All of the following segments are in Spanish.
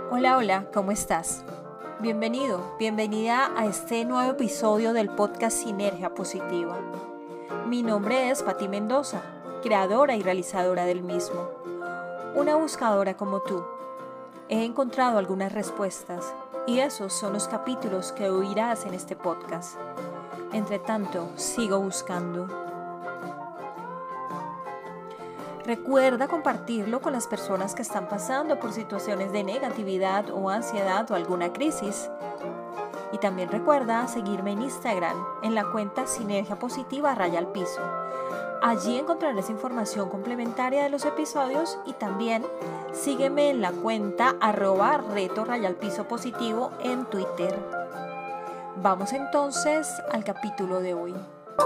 Hola, hola, ¿cómo estás? Bienvenida a este nuevo episodio del podcast Sinergia Positiva. Mi nombre es Pati Mendoza, creadora y realizadora del mismo. Una buscadora como tú. He encontrado algunas respuestas y esos son los capítulos que oirás en este podcast. Entre tanto, sigo buscando. Recuerda compartirlo con las personas que están pasando por situaciones de negatividad o ansiedad o alguna crisis. Y también recuerda seguirme en Instagram en la cuenta Sinergia Positiva _. Allí encontrarás información complementaria de los episodios y también sígueme en la cuenta @reto_positivo en Twitter. Vamos entonces al capítulo de hoy.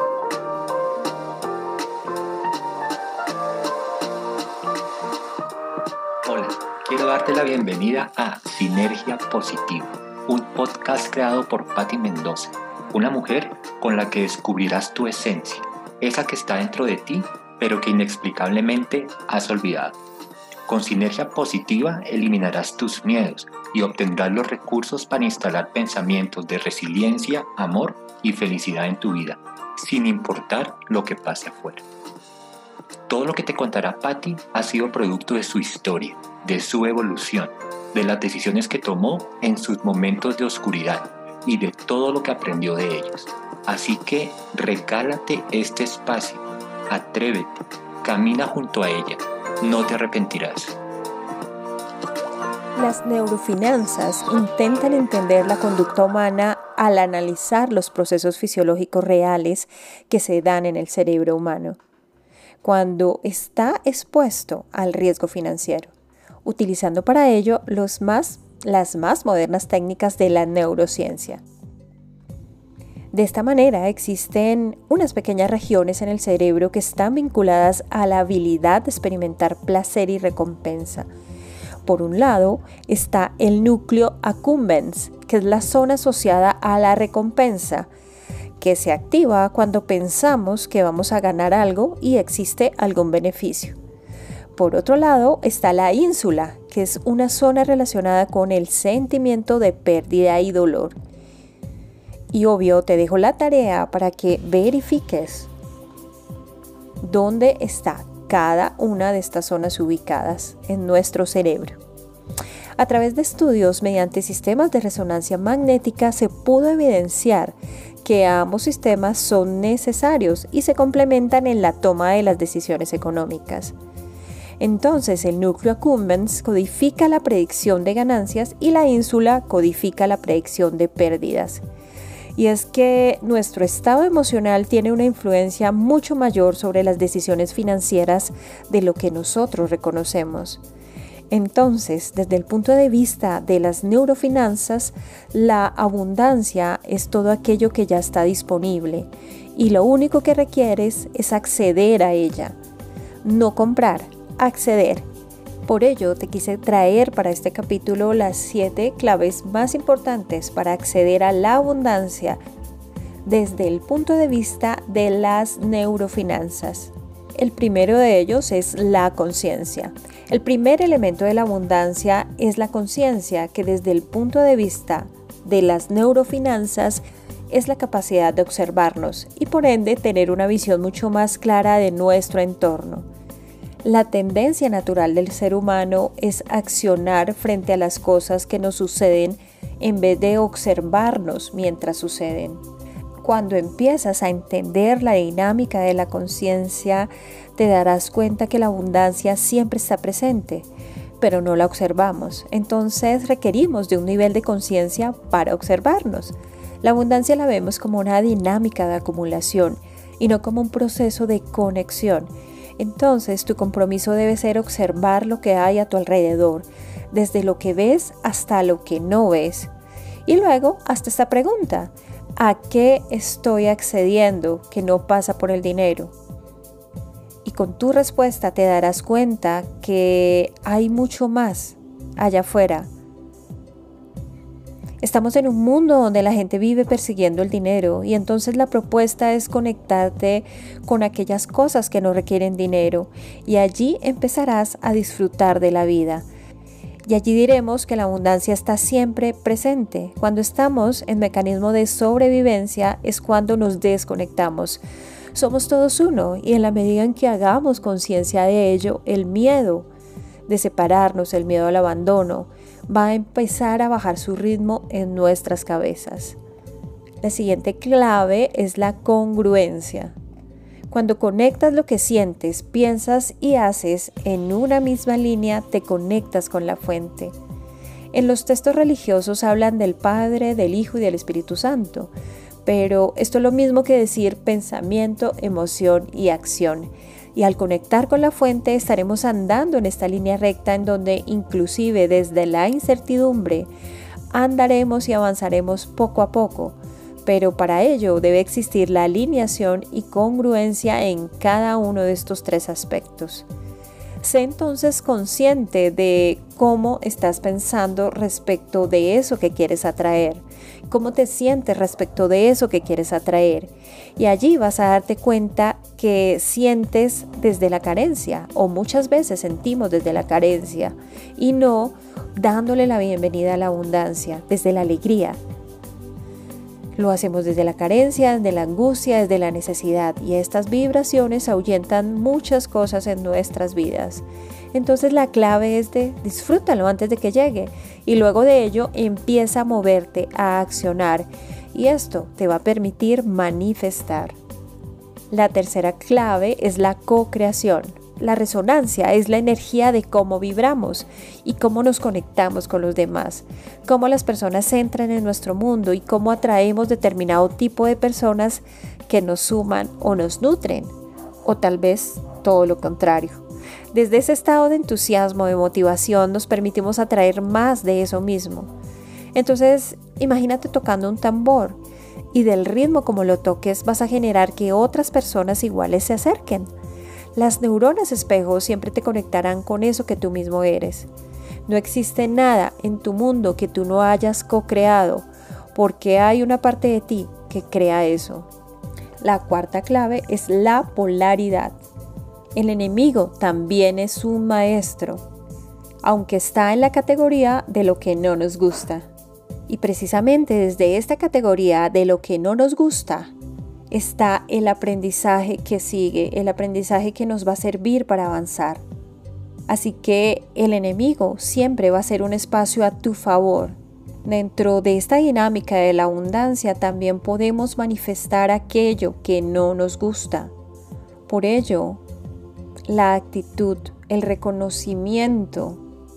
Hola, quiero darte la bienvenida a Sinergia Positiva, un podcast creado por Pati Mendoza, una mujer con la que descubrirás tu esencia, esa que está dentro de ti, pero que inexplicablemente has olvidado. Con Sinergia Positiva eliminarás tus miedos y obtendrás los recursos para instalar pensamientos de resiliencia, amor y felicidad en tu vida, sin importar lo que pase afuera. Todo lo que te contará Pati ha sido producto de su historia, de su evolución, de las decisiones que tomó en sus momentos de oscuridad y de todo lo que aprendió de ellos. Así que regálate este espacio, atrévete, camina junto a ella, no te arrepentirás. Las neurofinanzas intentan entender la conducta humana al analizar los procesos fisiológicos reales que se dan en el cerebro humano cuando está expuesto al riesgo financiero, utilizando para ello las más modernas técnicas de la neurociencia. De esta manera existen unas pequeñas regiones en el cerebro que están vinculadas a la habilidad de experimentar placer y recompensa. Por un lado está el núcleo accumbens, que es la zona asociada a la recompensa, que se activa cuando pensamos que vamos a ganar algo y existe algún beneficio. Por otro lado está la ínsula, que es una zona relacionada con el sentimiento de pérdida y dolor. Y obvio, te dejo la tarea para que verifiques dónde está cada una de estas zonas ubicadas en nuestro cerebro. A través de estudios mediante sistemas de resonancia magnética se pudo evidenciar que ambos sistemas son necesarios y se complementan en la toma de las decisiones económicas. Entonces, el núcleo accumbens codifica la predicción de ganancias y la ínsula codifica la predicción de pérdidas. Y es que nuestro estado emocional tiene una influencia mucho mayor sobre las decisiones financieras de lo que nosotros reconocemos. Entonces, desde el punto de vista de las neurofinanzas, la abundancia es todo aquello que ya está disponible y lo único que requieres es acceder a ella. No comprar, acceder. Por ello, te quise traer para este capítulo las 7 claves más importantes para acceder a la abundancia desde el punto de vista de las neurofinanzas. El primero de ellos es la conciencia. El primer elemento de la abundancia es la conciencia, que desde el punto de vista de las neurofinanzas es la capacidad de observarnos y por ende tener una visión mucho más clara de nuestro entorno. La tendencia natural del ser humano es accionar frente a las cosas que nos suceden en vez de observarnos mientras suceden. Cuando empiezas a entender la dinámica de la conciencia, te darás cuenta que la abundancia siempre está presente, pero no la observamos. Entonces requerimos de un nivel de conciencia para observarnos. La abundancia la vemos como una dinámica de acumulación y no como un proceso de conexión. Entonces tu compromiso debe ser observar lo que hay a tu alrededor, desde lo que ves hasta lo que no ves. Y luego hasta esta pregunta: ¿a qué estoy accediendo que no pasa por el dinero? Y con tu respuesta te darás cuenta que hay mucho más allá afuera. Estamos en un mundo donde la gente vive persiguiendo el dinero y entonces la propuesta es conectarte con aquellas cosas que no requieren dinero y allí empezarás a disfrutar de la vida. Y allí diremos que la abundancia está siempre presente. Cuando estamos en mecanismo de sobrevivencia es cuando nos desconectamos. Somos todos uno y en la medida en que hagamos conciencia de ello, el miedo de separarnos, el miedo al abandono, va a empezar a bajar su ritmo en nuestras cabezas. La siguiente clave es la congruencia. Cuando conectas lo que sientes, piensas y haces en una misma línea, te conectas con la fuente. En los textos religiosos hablan del Padre, del Hijo y del Espíritu Santo, pero esto es lo mismo que decir pensamiento, emoción y acción. Y al conectar con la fuente estaremos andando en esta línea recta en donde inclusive desde la incertidumbre andaremos y avanzaremos poco a poco. Pero para ello debe existir la alineación y congruencia en cada uno de estos tres aspectos. Sé entonces consciente de cómo estás pensando respecto de eso que quieres atraer, cómo te sientes respecto de eso que quieres atraer. Y allí vas a darte cuenta que sientes desde la carencia, o muchas veces sentimos desde la carencia, y no dándole la bienvenida a la abundancia, desde la alegría. Lo hacemos desde la carencia, desde la angustia, desde la necesidad, y estas vibraciones ahuyentan muchas cosas en nuestras vidas. Entonces la clave es de disfrútalo antes de que llegue y luego de ello empieza a moverte, a accionar, y esto te va a permitir manifestar. La tercera clave es la co-creación. La resonancia es la energía de cómo vibramos y cómo nos conectamos con los demás, cómo las personas entran en nuestro mundo y cómo atraemos determinado tipo de personas que nos suman o nos nutren, o tal vez todo lo contrario. Desde ese estado de entusiasmo, de motivación, nos permitimos atraer más de eso mismo. Entonces, imagínate tocando un tambor y del ritmo como lo toques vas a generar que otras personas iguales se acerquen. Las neuronas espejo siempre te conectarán con eso que tú mismo eres. No existe nada en tu mundo que tú no hayas co-creado, porque hay una parte de ti que crea eso. La cuarta clave es la polaridad. El enemigo también es un maestro, aunque está en la categoría de lo que no nos gusta. Y precisamente desde esta categoría de lo que no nos gusta, está el aprendizaje que sigue, el aprendizaje que nos va a servir para avanzar. Así que el enemigo siempre va a ser un espacio a tu favor. Dentro de esta dinámica de la abundancia también podemos manifestar aquello que no nos gusta. Por ello, la actitud, el reconocimiento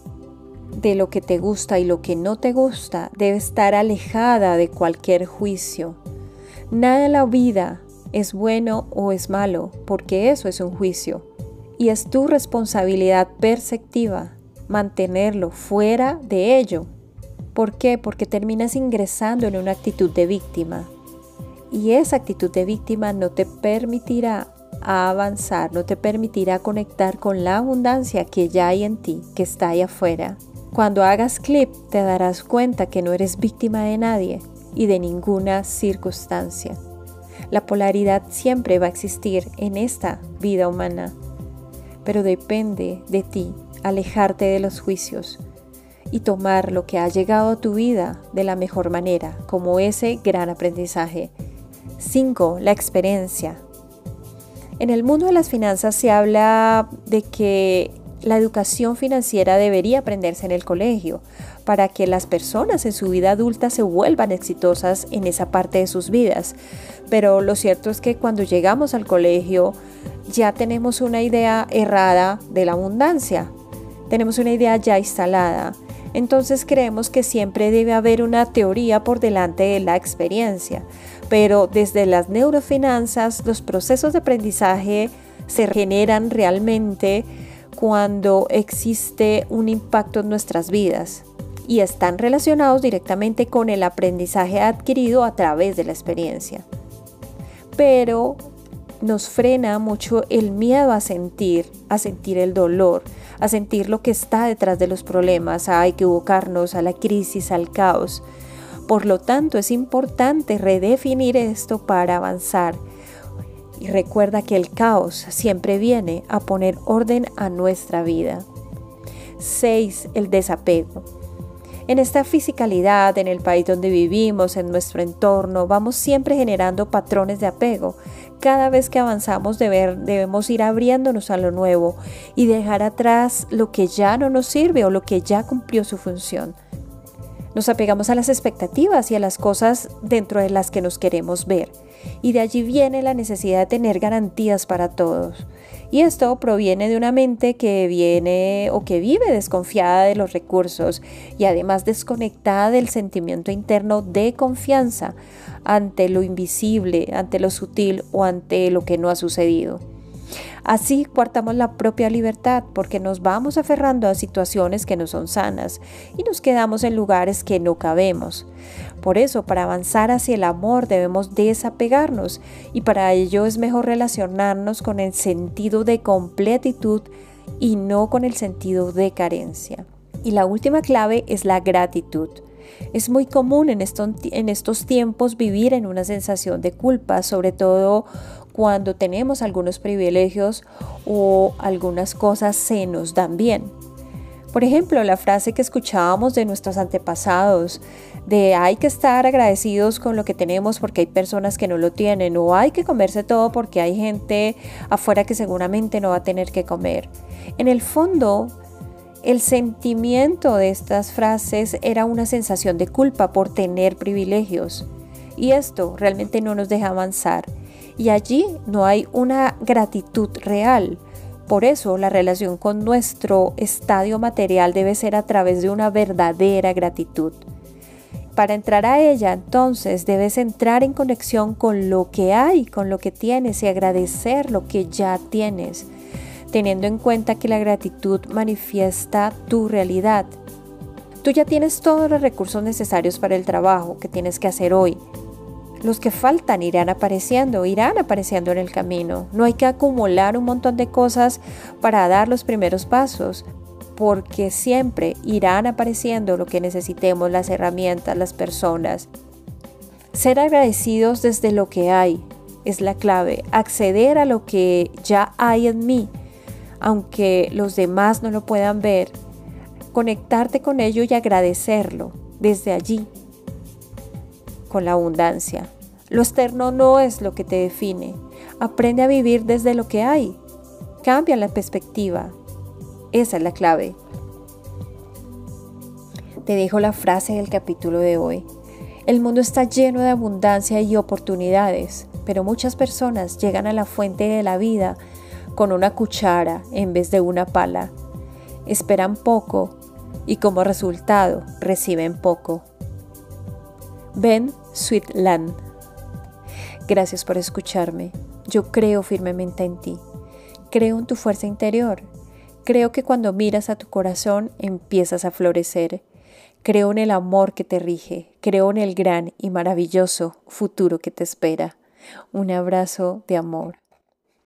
de lo que te gusta y lo que no te gusta debe estar alejada de cualquier juicio. Nada en la vida es bueno o es malo, porque eso es un juicio. Y es tu responsabilidad perceptiva mantenerlo fuera de ello. ¿Por qué? Porque terminas ingresando en una actitud de víctima. Y esa actitud de víctima no te permitirá avanzar, no te permitirá conectar con la abundancia que ya hay en ti, que está ahí afuera. Cuando hagas clic, te darás cuenta que no eres víctima de nadie y de ninguna circunstancia. La polaridad siempre va a existir en esta vida humana, pero depende de ti alejarte de los juicios y tomar lo que ha llegado a tu vida de la mejor manera, como ese gran aprendizaje. 5. La experiencia. En el mundo de las finanzas se habla de que la educación financiera debería aprenderse en el colegio para que las personas en su vida adulta se vuelvan exitosas en esa parte de sus vidas. Pero lo cierto es que cuando llegamos al colegio ya tenemos una idea errada de la abundancia. Tenemos una idea ya instalada. Entonces creemos que siempre debe haber una teoría por delante de la experiencia. Pero desde las neurofinanzas, los procesos de aprendizaje se generan realmente cuando existe un impacto en nuestras vidas y están relacionados directamente con el aprendizaje adquirido a través de la experiencia. Pero nos frena mucho el miedo a sentir el dolor, a sentir lo que está detrás de los problemas, a equivocarnos, a la crisis, al caos. Por lo tanto, es importante redefinir esto para avanzar. Y recuerda que el caos siempre viene a poner orden a nuestra vida. 6. El desapego. En esta fisicalidad, en el país donde vivimos, en nuestro entorno, vamos siempre generando patrones de apego. Cada vez que avanzamos debemos ir abriéndonos a lo nuevo y dejar atrás lo que ya no nos sirve o lo que ya cumplió su función. Nos apegamos a las expectativas y a las cosas dentro de las que nos queremos ver. Y de allí viene la necesidad de tener garantías para todos. Y esto proviene de una mente que vive desconfiada de los recursos y además desconectada del sentimiento interno de confianza ante lo invisible, ante lo sutil o ante lo que no ha sucedido. Así coartamos la propia libertad porque nos vamos aferrando a situaciones que no son sanas y nos quedamos en lugares que no cabemos. Por eso, para avanzar hacia el amor debemos desapegarnos y para ello es mejor relacionarnos con el sentido de completitud y no con el sentido de carencia. Y la última clave es la gratitud. Es muy común en estos tiempos vivir en una sensación de culpa, sobre todo cuando tenemos algunos privilegios o algunas cosas se nos dan bien. Por ejemplo, la frase que escuchábamos de nuestros antepasados de hay que estar agradecidos con lo que tenemos porque hay personas que no lo tienen, o hay que comerse todo porque hay gente afuera que seguramente no va a tener que comer. En el fondo, el sentimiento de estas frases era una sensación de culpa por tener privilegios y esto realmente no nos deja avanzar y allí no hay una gratitud real. Por eso la relación con nuestro estadio material debe ser a través de una verdadera gratitud. Para entrar a ella, entonces, debes entrar en conexión con lo que hay, con lo que tienes y agradecer lo que ya tienes, teniendo en cuenta que la gratitud manifiesta tu realidad. Tú ya tienes todos los recursos necesarios para el trabajo que tienes que hacer hoy. Los que faltan irán apareciendo en el camino. No hay que acumular un montón de cosas para dar los primeros pasos, porque siempre irán apareciendo lo que necesitemos, las herramientas, las personas. Ser agradecidos desde lo que hay es la clave. Acceder a lo que ya hay en mí, aunque los demás no lo puedan ver. Conectarte con ello y agradecerlo desde allí, con la abundancia. Lo externo no es lo que te define. Aprende a vivir desde lo que hay. Cambia la perspectiva. Esa es la clave. Te dejo la frase del capítulo de hoy. El mundo está lleno de abundancia y oportunidades, pero muchas personas llegan a la fuente de la vida con una cuchara en vez de una pala. Esperan poco y como resultado reciben poco. Ben Sweetland. Gracias por escucharme. Yo creo firmemente en ti. Creo en tu fuerza interior. Creo que cuando miras a tu corazón empiezas a florecer. Creo en el amor que te rige. Creo en el gran y maravilloso futuro que te espera. Un abrazo de amor.